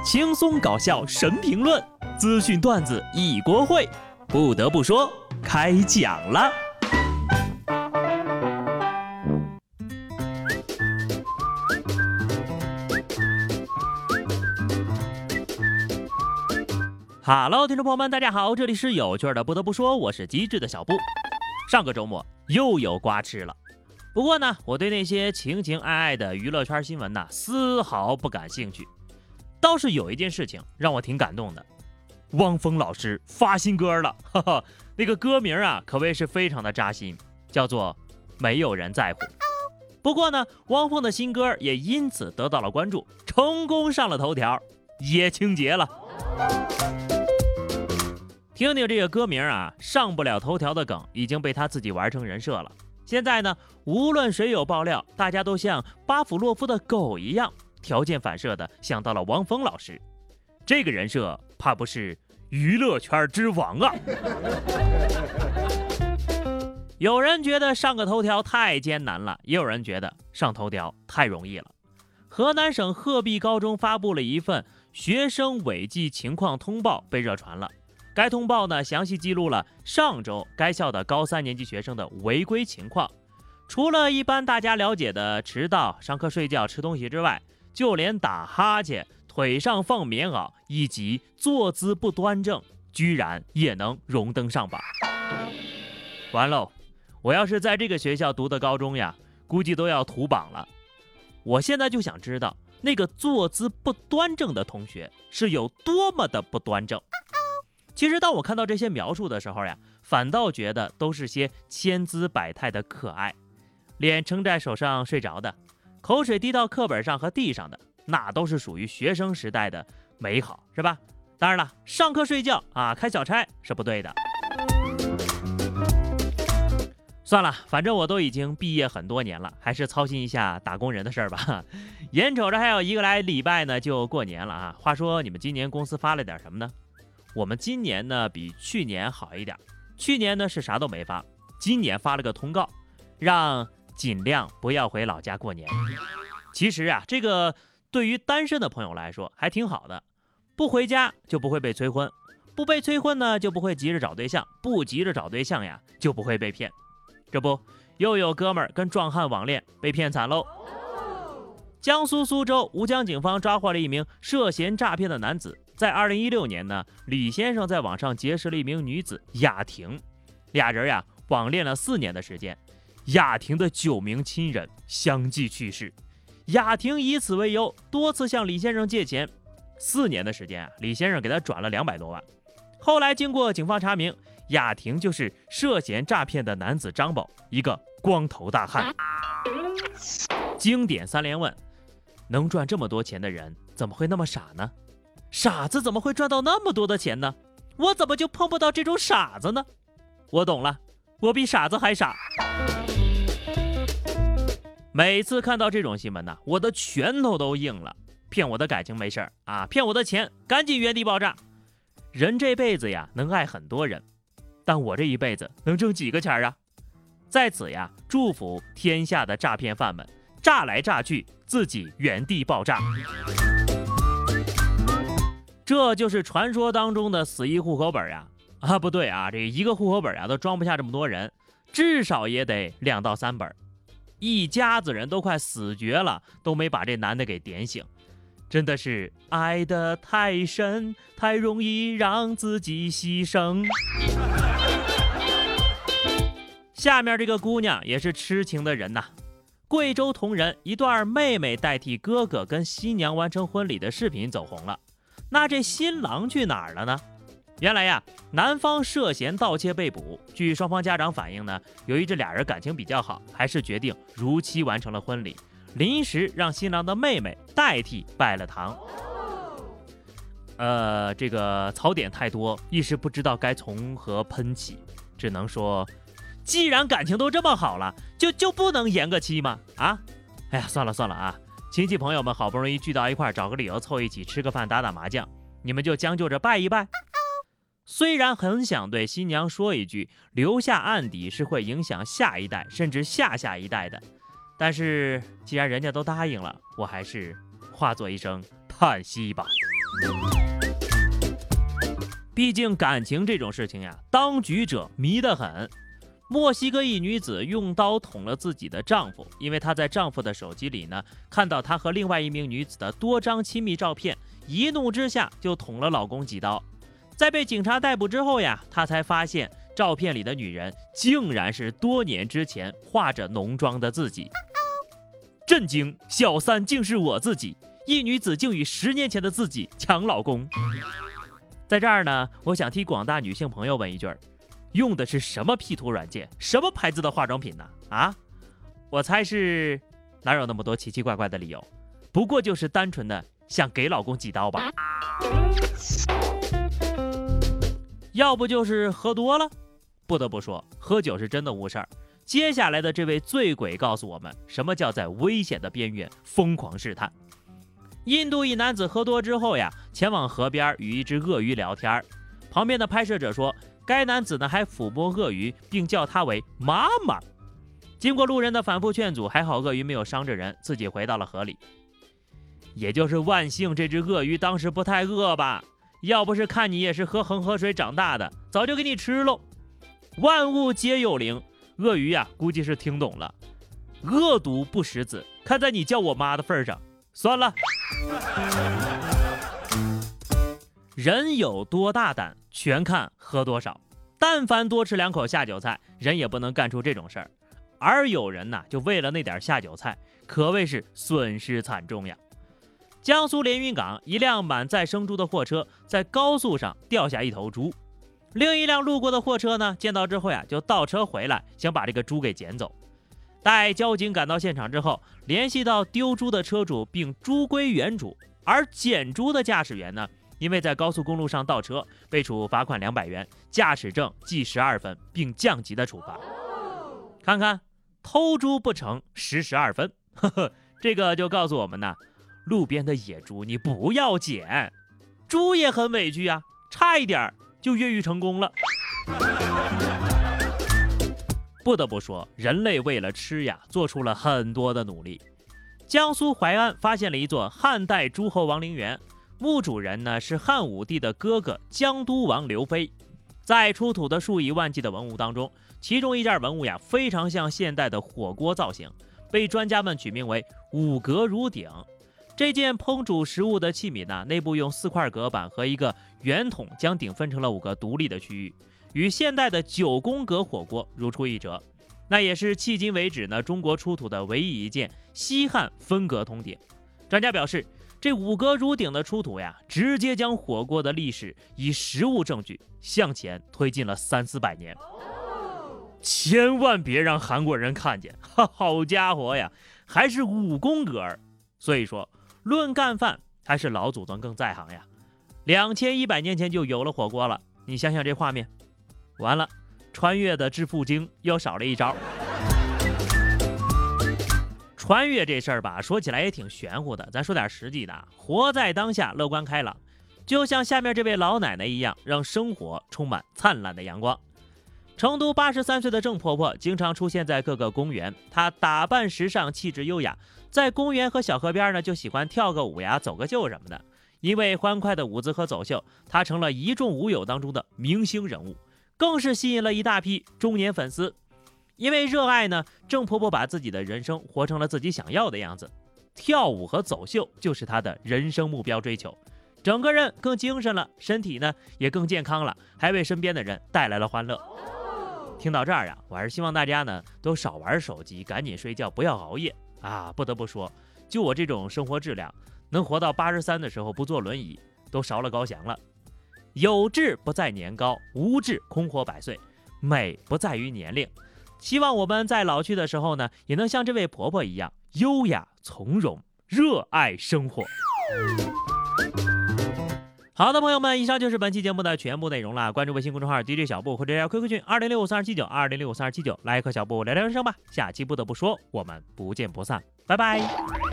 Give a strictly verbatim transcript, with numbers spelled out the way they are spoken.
轻松搞笑神评论，资讯段子一锅烩。不得不说，开讲了。Hello， 听众朋友们，大家好，这里是有趣的。不得不说，我是机智的小布。上个周末又有瓜吃了，不过呢，我对那些情情爱爱的娱乐圈新闻呢，丝毫不感兴趣。倒是有一件事情让我挺感动的，汪峰老师发新歌了，哈哈，那个歌名啊，可谓是非常的扎心，叫做《没有人在乎》。不过呢，汪峰的新歌也因此得到了关注，成功上了头条，也清洁了。听听这个歌名啊，上不了头条的梗已经被他自己玩成人设了。现在呢，无论谁有爆料，大家都像巴甫洛夫的狗一样，条件反射的想到了汪峰老师。这个人设怕不是娱乐圈之王啊。有人觉得上个头条太艰难了，也有人觉得上头条太容易了。河南省鹤壁高中发布了一份学生违纪情况通报，被热传了。该通报呢，详细记录了上周该校的高三年级学生的违规情况。除了一般大家了解的迟到、上课睡觉、吃东西之外，就连打哈欠、腿上放棉袄以及坐姿不端正，居然也能荣登上榜。完喽，我要是在这个学校读的高中呀，估计都要屠榜了。我现在就想知道，那个坐姿不端正的同学是有多么的不端正。其实当我看到这些描述的时候呀，反倒觉得都是些千姿百态的可爱。脸撑在手上睡着的，口水滴到课本上和地上的，那都是属于学生时代的美好，是吧？当然了，上课睡觉啊，开小差是不对的。算了，反正我都已经毕业很多年了，还是操心一下打工人的事儿吧。眼瞅着还有一个来礼拜呢就过年了啊。话说你们今年公司发了点什么呢？我们今年呢比去年好一点，去年呢是啥都没发，今年发了个通告，让尽量不要回老家过年。其实啊，这个对于单身的朋友来说还挺好的，不回家就不会被催婚，不被催婚呢就不会急着找对象，不急着找对象呀就不会被骗。这不，又有哥们儿跟壮汉网恋被骗惨喽。江苏苏州吴江警方抓获了一名涉嫌诈骗的男子。在二零一六年呢，李先生在网上结识了一名女子雅婷，俩人呀网恋了四年的时间。雅婷的九名亲人相继去世，雅婷以此为由多次向李先生借钱。四年的时间啊，李先生给他转了两百多万。后来经过警方查明，雅婷就是涉嫌诈骗的男子张宝，一个光头大汉。经典三连问：能赚这么多钱的人怎么会那么傻呢？傻子怎么会赚到那么多的钱呢？我怎么就碰不到这种傻子呢？我懂了，我比傻子还傻。每次看到这种新闻呢，我的拳头都硬了。骗我的感情没事啊，骗我的钱赶紧原地爆炸。人这辈子呀，能爱很多人，但我这一辈子能挣几个钱啊？在此呀，祝福天下的诈骗犯们，诈来诈去，自己原地爆炸。这就是传说当中的死一户口本呀！啊，不对啊，这一个户口本啊都装不下这么多人，至少也得两到三本。一家子人都快死绝了，都没把这男的给点醒，真的是爱得太深，太容易让自己牺牲。下面这个姑娘也是痴情的人呐。贵州铜仁一段妹妹代替哥哥跟新娘完成婚礼的视频走红了。那这新郎去哪儿了呢？原来呀，男方涉嫌盗窃被捕。据双方家长反映呢，由于这俩人感情比较好，还是决定如期完成了婚礼，临时让新郎的妹妹代替拜了堂。呃，这个槽点太多，一时不知道该从何喷起，只能说，既然感情都这么好了，就就不能延个期吗？啊，哎呀，算了算了啊。亲戚朋友们好不容易聚到一块，找个理由凑一起吃个饭打打麻将，你们就将就着拜一拜。虽然很想对新娘说一句留下案底是会影响下一代甚至下下一代的，但是既然人家都答应了，我还是化作一声叹息吧。 毕竟感情这种事情呀，当局者迷得很。墨西哥一女子用刀捅了自己的丈夫，因为她在丈夫的手机里呢看到他和另外一名女子的多张亲密照片，一怒之下就捅了老公几刀。在被警察逮捕之后呀，她才发现照片里的女人竟然是多年之前化着浓妆的自己。震惊，小三竟是我自己，一女子竟与十年前的自己抢老公。在这儿呢，我想替广大女性朋友问一句，用的是什么 P 图软件，什么牌子的化妆品呢？啊，我猜是哪有那么多奇奇怪怪的理由，不过就是单纯的想给老公几刀吧。要不就是喝多了。不得不说，喝酒是真的误事儿。接下来的这位醉鬼告诉我们，什么叫在危险的边缘疯狂试探。印度一男子喝多之后呀，前往河边与一只鳄鱼聊天。旁边的拍摄者说，该男子呢还抚摸鳄鱼，并叫他为妈妈。经过路人的反复劝阻，还好鳄鱼没有伤着人，自己回到了河里。也就是万幸这只鳄鱼当时不太饿吧，要不是看你也是喝恒河水长大的，早就给你吃喽。万物皆有灵，鳄鱼呀估计是听懂了，恶毒不食子，看在你叫我妈的份上，算了。人有多大胆，全看喝多少。但凡多吃两口下酒菜，人也不能干出这种事儿。而有人呐，就为了那点下酒菜，可谓是损失惨重呀。江苏连云港一辆满载生猪的货车在高速上掉下一头猪，另一辆路过的货车呢，见到之后呀，就倒车回来，想把这个猪给捡走。待交警赶到现场之后，联系到丢猪的车主，并猪归原主。而捡猪的驾驶员呢，因为在高速公路上倒车，被处罚款两百元，驾驶证记十二分，并降级的处罚。看看，偷猪不成，十十二分。呵呵，这个就告诉我们呢，路边的野猪你不要捡，猪也很委屈啊，差一点就越狱成功了。不得不说，人类为了吃呀，做出了很多的努力。江苏淮安发现了一座汉代诸侯王陵园，墓主人呢是汉武帝的哥哥江都王刘飞。在出土的数以万计的文物当中，其中一件文物呀非常像现代的火锅造型，被专家们取名为五格如鼎。这件烹煮食物的器皿呢，内部用四块隔板和一个圆筒将鼎分成了五个独立的区域，与现代的九宫格火锅如出一辙。那也是迄今为止呢中国出土的唯一一件西汉分隔铜鼎。专家表示，这五格如鼎的出土呀，直接将火锅的历史以实物证据向前推进了三四百年。千万别让韩国人看见，哈，好家伙呀，还是五宫格。所以说，论干饭，还是老祖宗更在行呀。两千一百年前就有了火锅了，你想想这画面。完了，穿越的致富经又少了一招。穿越这事儿吧，说起来也挺玄乎的，咱说点实际的，活在当下，乐观开朗，就像下面这位老奶奶一样，让生活充满灿烂的阳光。成都八十三岁的郑婆婆经常出现在各个公园，她打扮时尚，气质优雅，在公园和小河边呢，就喜欢跳个舞呀，走个秀什么的。因为欢快的舞姿和走秀，她成了一众舞友当中的明星人物，更是吸引了一大批中年粉丝。因为热爱呢，郑婆婆把自己的人生活成了自己想要的样子，跳舞和走秀就是她的人生目标追求，整个人更精神了，身体呢也更健康了，还为身边的人带来了欢乐。听到这儿啊，我还是希望大家呢都少玩手机，赶紧睡觉，不要熬夜啊！不得不说，就我这种生活质量，能活到八十三的时候不坐轮椅，都烧了高翔了。有志不在年高，无志空活百岁，美不在于年龄。希望我们在老去的时候呢，也能像这位婆婆一样优雅从容，热爱生活。好的，朋友们，以上就是本期节目的全部内容了。关注微信公众号 D J 小布或者加 Q Q 群二零六五三二七九二零六五三二七九，来和小布聊聊人生吧。下期不得不说，我们不见不散，拜拜。